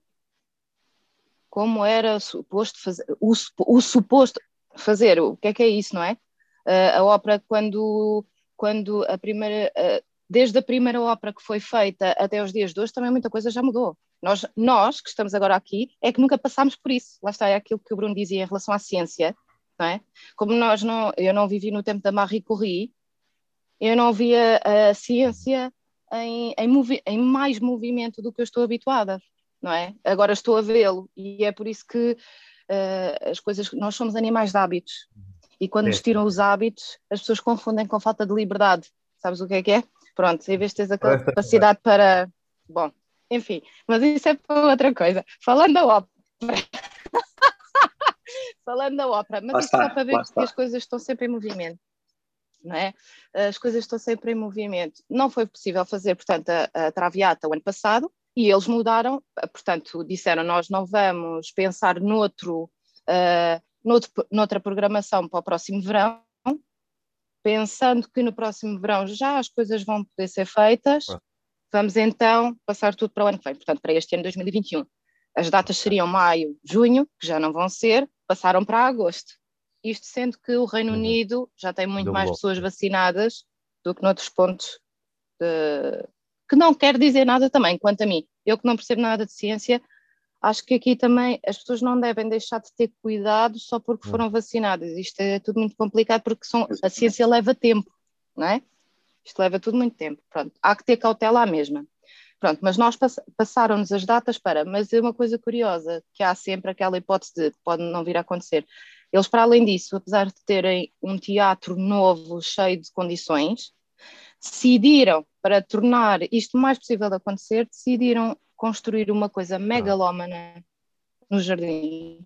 como era suposto fazer. O, o suposto fazer, o que é que é isso, não é? Uh, a ópera, quando, quando a primeira... Uh, desde a primeira ópera que foi feita até os dias de hoje, também muita coisa já mudou. Nós, nós que estamos agora aqui, é que nunca passámos por isso. Lá está, é aquilo que o Bruno dizia em relação à ciência, não é? Como nós não, eu não vivi no tempo da Marie Curie, eu não via a ciência em, em, movi, em mais movimento do que eu estou habituada, não é? Agora estou a vê-lo, e é por isso que uh, as coisas, nós somos animais de hábitos, e quando nos tiram os hábitos, as pessoas confundem com falta de liberdade. Sabes o que é que é? Pronto, em vez de teres a capacidade para... Bom, enfim, mas isso é para outra coisa. Falando da ópera... Falando da ópera, mas isto só para ver que as coisas estão sempre em movimento, não é? As coisas estão sempre em movimento. Não foi possível fazer, portanto, a, a Traviata o ano passado, e eles mudaram, portanto, disseram, nós não vamos pensar noutro, uh, noutro, noutra programação para o próximo verão, pensando que no próximo verão já as coisas vão poder ser feitas, vamos então passar tudo para o ano que vem, portanto, para este ano dois mil e vinte e um. As datas seriam maio, junho, que já não vão ser, passaram para agosto. Isto sendo que o Reino uhum. Unido já tem muito do mais bloco. pessoas vacinadas do que noutros pontos, de... que não quer dizer nada também, quanto a mim. Eu que não percebo nada de ciência, acho que aqui também as pessoas não devem deixar de ter cuidado só porque foram vacinadas. Isto é tudo muito complicado porque são, a ciência leva tempo, não é? Isto leva tudo muito tempo. Pronto, há que ter cautela à mesma. Pronto, mas nós pass- passaram-nos as datas para... Mas é uma coisa curiosa, que há sempre aquela hipótese de que pode não vir a acontecer. Eles, para além disso, apesar de terem um teatro novo, cheio de condições, decidiram, para tornar isto mais possível de acontecer, decidiram construir uma coisa megalómana nos jardins.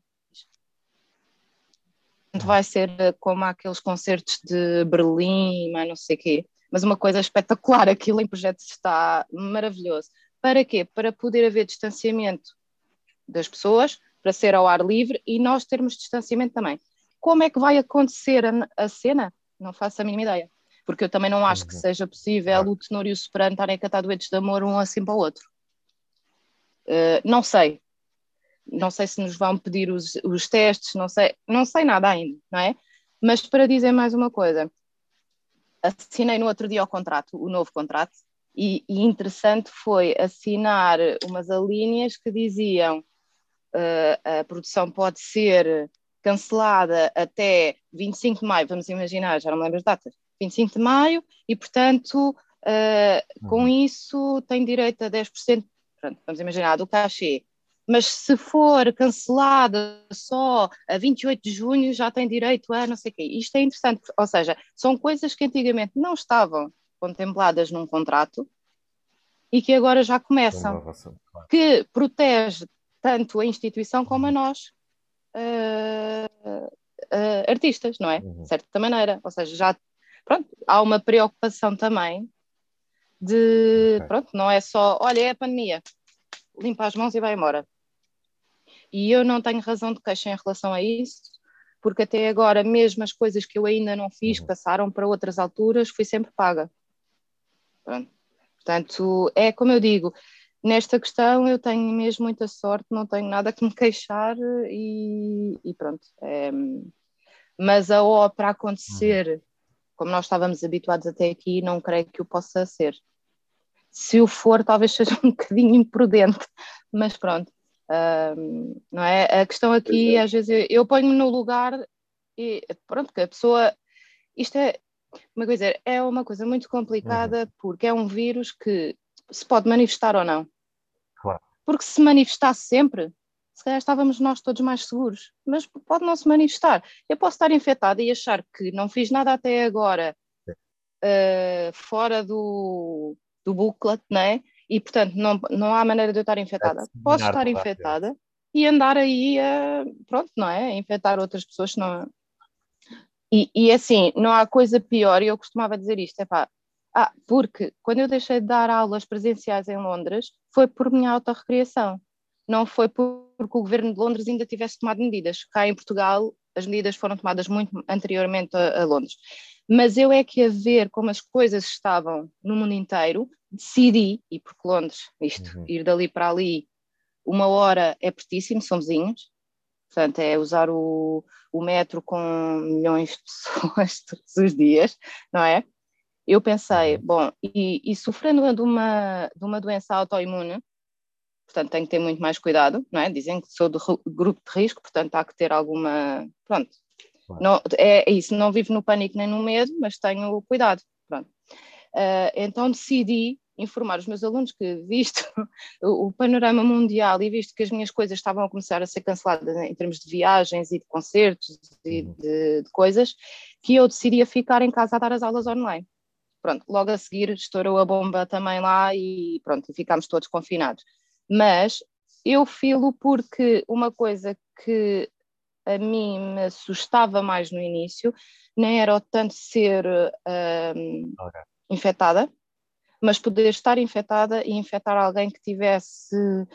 Vai ser como aqueles concertos de Berlim, mas não sei o quê, mas uma coisa espetacular, aquilo em projeto está maravilhoso. Para quê? Para poder haver distanciamento das pessoas, para ser ao ar livre e nós termos distanciamento também. Como é que vai acontecer a, a cena? Não faço a mínima ideia, porque eu também não acho que seja possível o tenor e o soprano estarem a cantar duetos de amor um assim para o outro. Uh, não sei. Não sei se nos vão pedir os, os testes, não sei, não sei nada ainda, não é? Mas para dizer mais uma coisa, assinei no outro dia o contrato, o novo contrato, e, e interessante foi assinar umas alíneas que diziam uh, a produção pode ser cancelada até vinte e cinco de maio, vamos imaginar, já não me lembro as datas, vinte e cinco de maio, e portanto, uh, com isso tem direito a dez por cento, pronto, vamos imaginar, do cachê. mas se for cancelada só a vinte e oito de junho, já tem direito a não sei o quê. Isto é interessante, ou seja, são coisas que antigamente não estavam contempladas num contrato e que agora já começam, que protege tanto a instituição como a nós, uh, uh, artistas, não é? Uhum. De certa maneira, ou seja, já pronto, há uma preocupação também de, okay. pronto, não é só, olha, é a pandemia, limpa as mãos e vai embora. E eu não tenho razão de queixa em relação a isso, porque até agora, mesmo as coisas que eu ainda não fiz, uhum. passaram para outras alturas, fui sempre paga. Pronto. Portanto, é como eu digo, nesta questão eu tenho mesmo muita sorte, não tenho nada que me queixar e, e pronto. É, mas a ópera acontecer, uhum. como nós estávamos habituados até aqui, não creio que o possa ser. Se o for, talvez seja um bocadinho imprudente, mas pronto. Um, não é? A questão aqui, às vezes, eu, eu ponho-me no lugar e pronto, que a pessoa, isto é uma coisa, é uma coisa muito complicada, uhum. porque é um vírus que se pode manifestar ou não. Claro. Porque se manifestasse sempre, se calhar estávamos nós todos mais seguros, mas pode não se manifestar. Eu posso estar infectada e achar que não fiz nada até agora uh, fora do, do booklet, não é? E, portanto, não, não há maneira de eu estar infectada. É posso estar infectada e andar aí a, pronto, não é? A infectar outras pessoas, não... E, e, assim, não há coisa pior, e eu costumava dizer isto, é pá, ah, porque quando eu deixei de dar aulas presenciais em Londres, foi por minha autorrecriação. Não foi porque o governo de Londres ainda tivesse tomado medidas. Cá em Portugal, as medidas foram tomadas muito anteriormente a, a Londres. Mas eu é que, a ver como as coisas estavam no mundo inteiro, decidi, e porque Londres, isto, uhum. ir dali para ali, uma hora é pertíssimo, são vizinhos, portanto é usar o, o metro com milhões de pessoas todos os dias, não é? Eu pensei, uhum. bom, e, e sofrendo de uma, de uma doença autoimune, portanto tenho que ter muito mais cuidado, não é? Dizem que sou do grupo de risco, portanto há que ter alguma, pronto, claro. Não, é, é isso, não vivo no pânico nem no medo, mas tenho cuidado, pronto. Uh, então decidi informar os meus alunos que, visto o, o panorama mundial e visto que as minhas coisas estavam a começar a ser canceladas em termos de viagens e de concertos e uhum. de, de coisas, que eu decidia ficar em casa a dar as aulas online. Pronto, logo a seguir estourou a bomba também lá e pronto, e ficámos todos confinados. Mas eu filo porque uma coisa que a mim me assustava mais no início nem era o tanto ser um, okay. infectada, mas poder estar infectada e infectar alguém que tivesse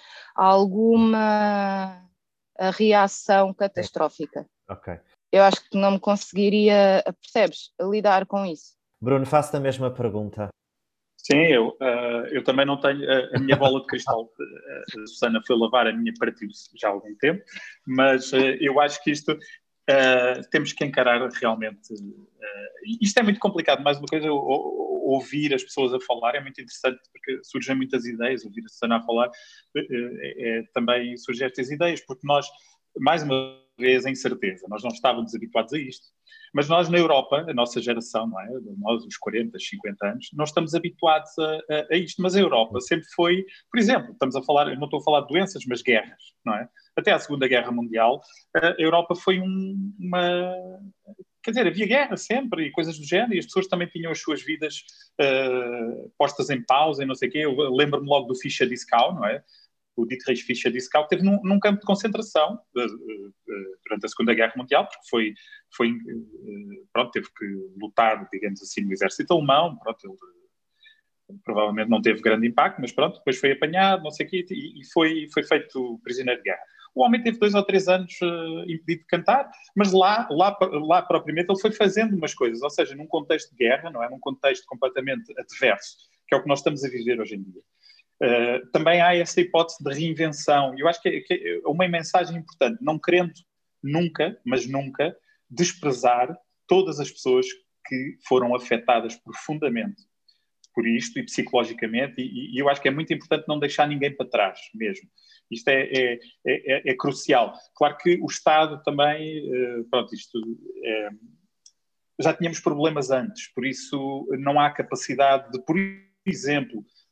alguma reação catastrófica. Okay. Eu acho que não me conseguiria, percebes, lidar com isso. Bruno, faço a mesma pergunta. Sim, eu, uh, eu também não tenho a, a minha bola de cristal. A Susana foi lavar, a minha partiu-se já há algum tempo, mas uh, eu acho que isto uh, temos que encarar realmente. Uh, isto é muito complicado. Mais uma coisa, ouvir as pessoas a falar é muito interessante porque surgem muitas ideias. Ouvir a Susana a falar uh, é, é, também surgem estas ideias, porque nós, mais uma vez, a incerteza, nós não estávamos habituados a isto. Mas nós na Europa, a nossa geração, não é? Nós, os quarenta, cinquenta anos, não estamos habituados a, a, a isto. Mas a Europa sempre foi, por exemplo, estamos a falar, eu não estou a falar de doenças, mas guerras, não é? Até à Segunda Guerra Mundial, a Europa foi um, uma... Quer dizer, havia guerra sempre e coisas do género, e as pessoas também tinham as suas vidas uh, postas em pausa e não sei o quê. Eu lembro-me logo do Fischer-Dieskau, não é? O Dietrich Fischer-Dieskau esteve num, num campo de concentração uh, uh, durante a Segunda Guerra Mundial, porque foi, foi uh, pronto, teve que lutar, digamos assim, no exército alemão. Pronto, ele uh, provavelmente não teve grande impacto, mas pronto, depois foi apanhado, não sei o quê, e, e foi, foi feito prisioneiro de guerra. O homem teve dois ou três anos uh, impedido de cantar, mas lá, lá, lá propriamente ele foi fazendo umas coisas, ou seja, num contexto de guerra, não é? Num contexto completamente adverso, que é o que nós estamos a viver hoje em dia. Uh, também há essa hipótese de reinvenção, e eu acho que é, que é uma mensagem importante, não querendo nunca, mas nunca, desprezar todas as pessoas que foram afetadas profundamente por isto e psicologicamente, e, e eu acho que é muito importante não deixar ninguém para trás mesmo. Isto é, é, é, é crucial. Claro que o Estado também, uh, pronto, isto é, já tínhamos problemas antes, por isso não há capacidade de, por exemplo,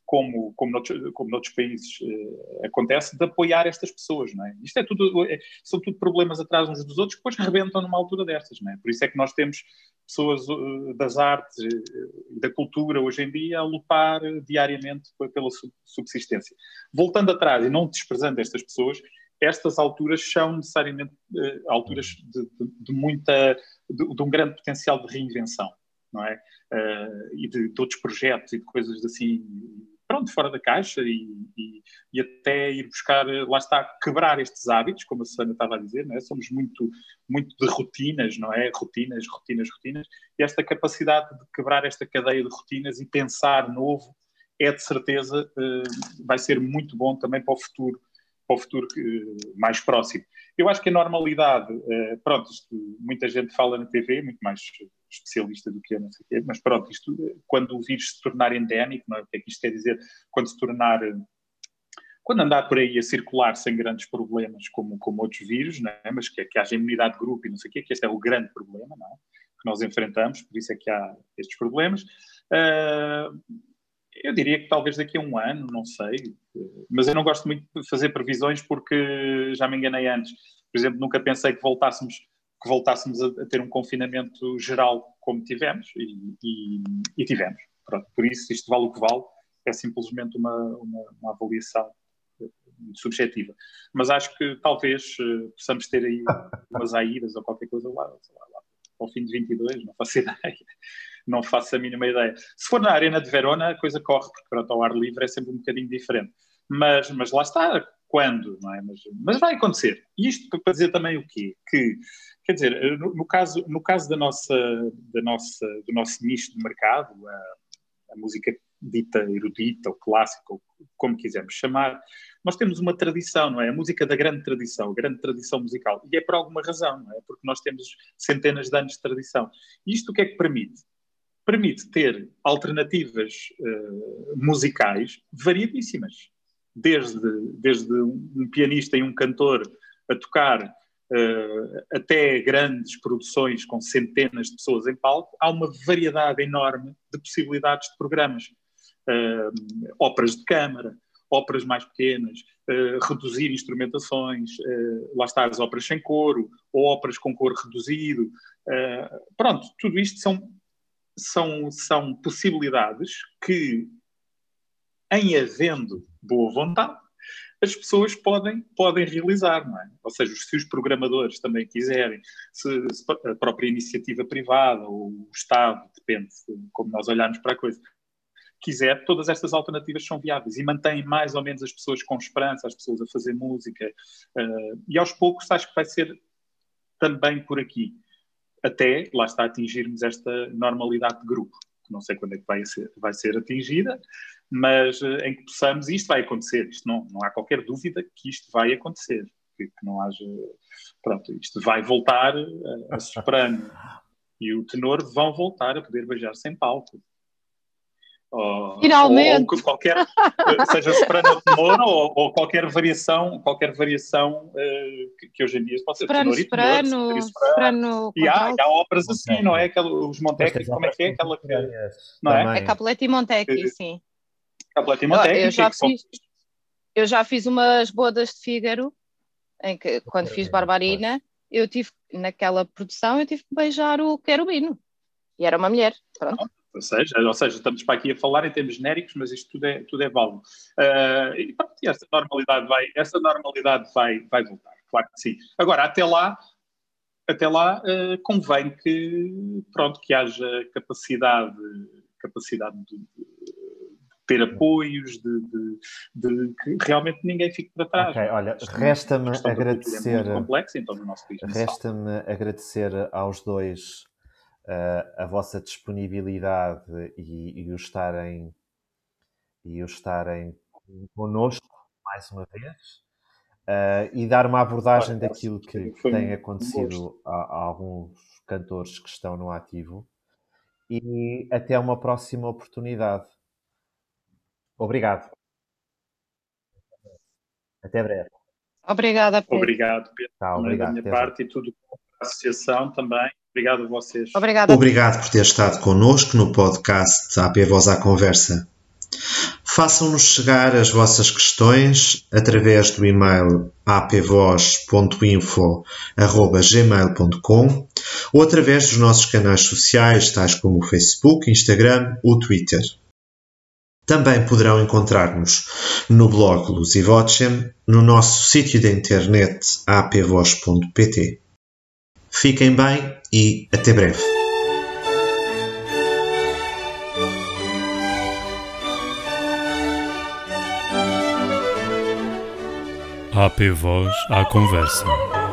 como, como, noutros, como noutros países uh, acontece, de apoiar estas pessoas, não é? Isto é tudo, é, são tudo problemas atrás uns dos outros que depois rebentam numa altura destas, não é? Por isso é que nós temos pessoas uh, das artes e uh, da cultura hoje em dia a lutar uh, diariamente pela subsistência. Voltando atrás e não desprezando estas pessoas, estas alturas são necessariamente uh, alturas de, de, de muita, de, de um grande potencial de reinvenção, não é? Uh, e de, de outros projetos e de coisas assim, pronto, fora da caixa e, e, e até ir buscar, lá está, quebrar estes hábitos, como a Susana estava a dizer, não é? Somos muito, muito de rotinas, não é? Rotinas, rotinas, rotinas, e esta capacidade de quebrar esta cadeia de rotinas e pensar novo é de certeza, uh, vai ser muito bom também para o futuro, para o futuro uh, mais próximo. Eu acho que a normalidade, uh, pronto, isto, muita gente fala na T V, muito mais especialista do que eu, não sei o quê, mas pronto, isto, quando o vírus se tornar endémico, não é? O que é que isto quer dizer? Quando se tornar, quando andar por aí a circular sem grandes problemas, como, como outros vírus, não é? Mas que, que haja imunidade de grupo e não sei o quê, que este é o grande problema, não é? Que nós enfrentamos, por isso é que há estes problemas. Uh, eu diria que talvez daqui a um ano, não sei, mas eu não gosto muito de fazer previsões porque já me enganei antes. Por exemplo, nunca pensei que voltássemos que voltássemos a, a ter um confinamento geral como tivemos, e, e, e tivemos. Pronto, por isso, isto vale o que vale, é simplesmente uma, uma, uma avaliação muito subjetiva. Mas acho que talvez uh, possamos ter aí umas aídas ou qualquer coisa lá, sei lá, lá ao fim de vinte e dois, não faço ideia. Não faço a mínima ideia. Se for na Arena de Verona, a coisa corre, porque pronto, ao ar livre é sempre um bocadinho diferente. Mas, mas lá está, quando, não é? Mas, mas vai acontecer. E isto para dizer também o quê? Que Quer dizer, no, no, caso, no caso da nossa, da nossa, do nosso nicho de mercado, a, a música dita erudita ou clássica, ou como quisermos chamar, nós temos uma tradição, não é? A música da grande tradição, a grande tradição musical. E é por alguma razão, não é? Porque nós temos centenas de anos de tradição. E isto o que é que permite? Permite ter alternativas uh, musicais variadíssimas. Desde, desde um pianista e um cantor a tocar Uh, até grandes produções com centenas de pessoas em palco, há uma variedade enorme de possibilidades de programas. Uh, óperas de câmara, óperas mais pequenas, uh, reduzir instrumentações, uh, lá está as óperas sem coro, ou óperas com coro reduzido. Uh, pronto, tudo isto são, são, são possibilidades que, em havendo boa vontade, as pessoas podem, podem realizar, não é? Ou seja, se os programadores também quiserem, se, se a própria iniciativa privada ou o Estado, depende de como nós olharmos para a coisa, quiser, todas estas alternativas são viáveis e mantêm mais ou menos as pessoas com esperança, as pessoas a fazer música. Uh, e aos poucos acho que vai ser também por aqui. Até, lá está, atingirmos esta normalidade de grupo, que não sei quando é que vai ser, vai ser atingida, mas uh, em que possamos, isto vai acontecer, isto não, não há qualquer dúvida que isto vai acontecer, que, que não haja, pronto, isto vai voltar, uh, a soprano e o tenor vão voltar a poder beijar-se em palco. Ou, Finalmente! Ou, ou qualquer, seja soprano ou tenor, ou, ou qualquer variação, qualquer variação uh, que, que hoje em dia pode ser soprano, tenor e tenor, soprano, soprano. E há, há óperas assim, não é? Aquela, os Montecchi, como é que é? Aquela que, não é? É Capuleto e Montecchi, sim. Capuleto e Montecchi. Eu, eu, já que fiz, eu já fiz umas bodas de Fígaro, em que, quando fiz Barbarina, eu tive, naquela produção, eu tive que beijar o querubino. E era uma mulher, pronto. Ou seja, ou seja, estamos para aqui a falar em termos genéricos, mas isto tudo é, tudo é válido. Uh, e pronto, essa normalidade, vai, essa normalidade vai, vai voltar, claro que sim. Agora, até lá, até lá uh, convém que, pronto, que haja capacidade, capacidade de, de ter apoios, de, de, de que realmente ninguém fique para trás. Ok, olha, resta-me agradecer, é muito complexa, então, no nosso país resta-me agradecer aos dois Uh, a vossa disponibilidade e, e o estarem e o estarem connosco mais uma vez uh, e dar uma abordagem claro, daquilo que, que tem acontecido a, a alguns cantores que estão no ativo e até uma próxima oportunidade. Obrigado. Até breve. Obrigada, Pedro. Obrigado, Pedro. Tá, obrigado. Da minha até parte já. e tudo a associação também. Obrigado a vocês. Obrigada. Obrigado por ter estado connosco no podcast A P Voz à Conversa. Façam-nos chegar as vossas questões através do e-mail apvoz ponto info arroba gmail ponto com ou através dos nossos canais sociais, tais como o Facebook, Instagram ou Twitter. Também poderão encontrar-nos no blog Luz e Vocem, no nosso sítio da internet apvoz ponto pt. Fiquem bem e até breve. A P Voz à Conversa.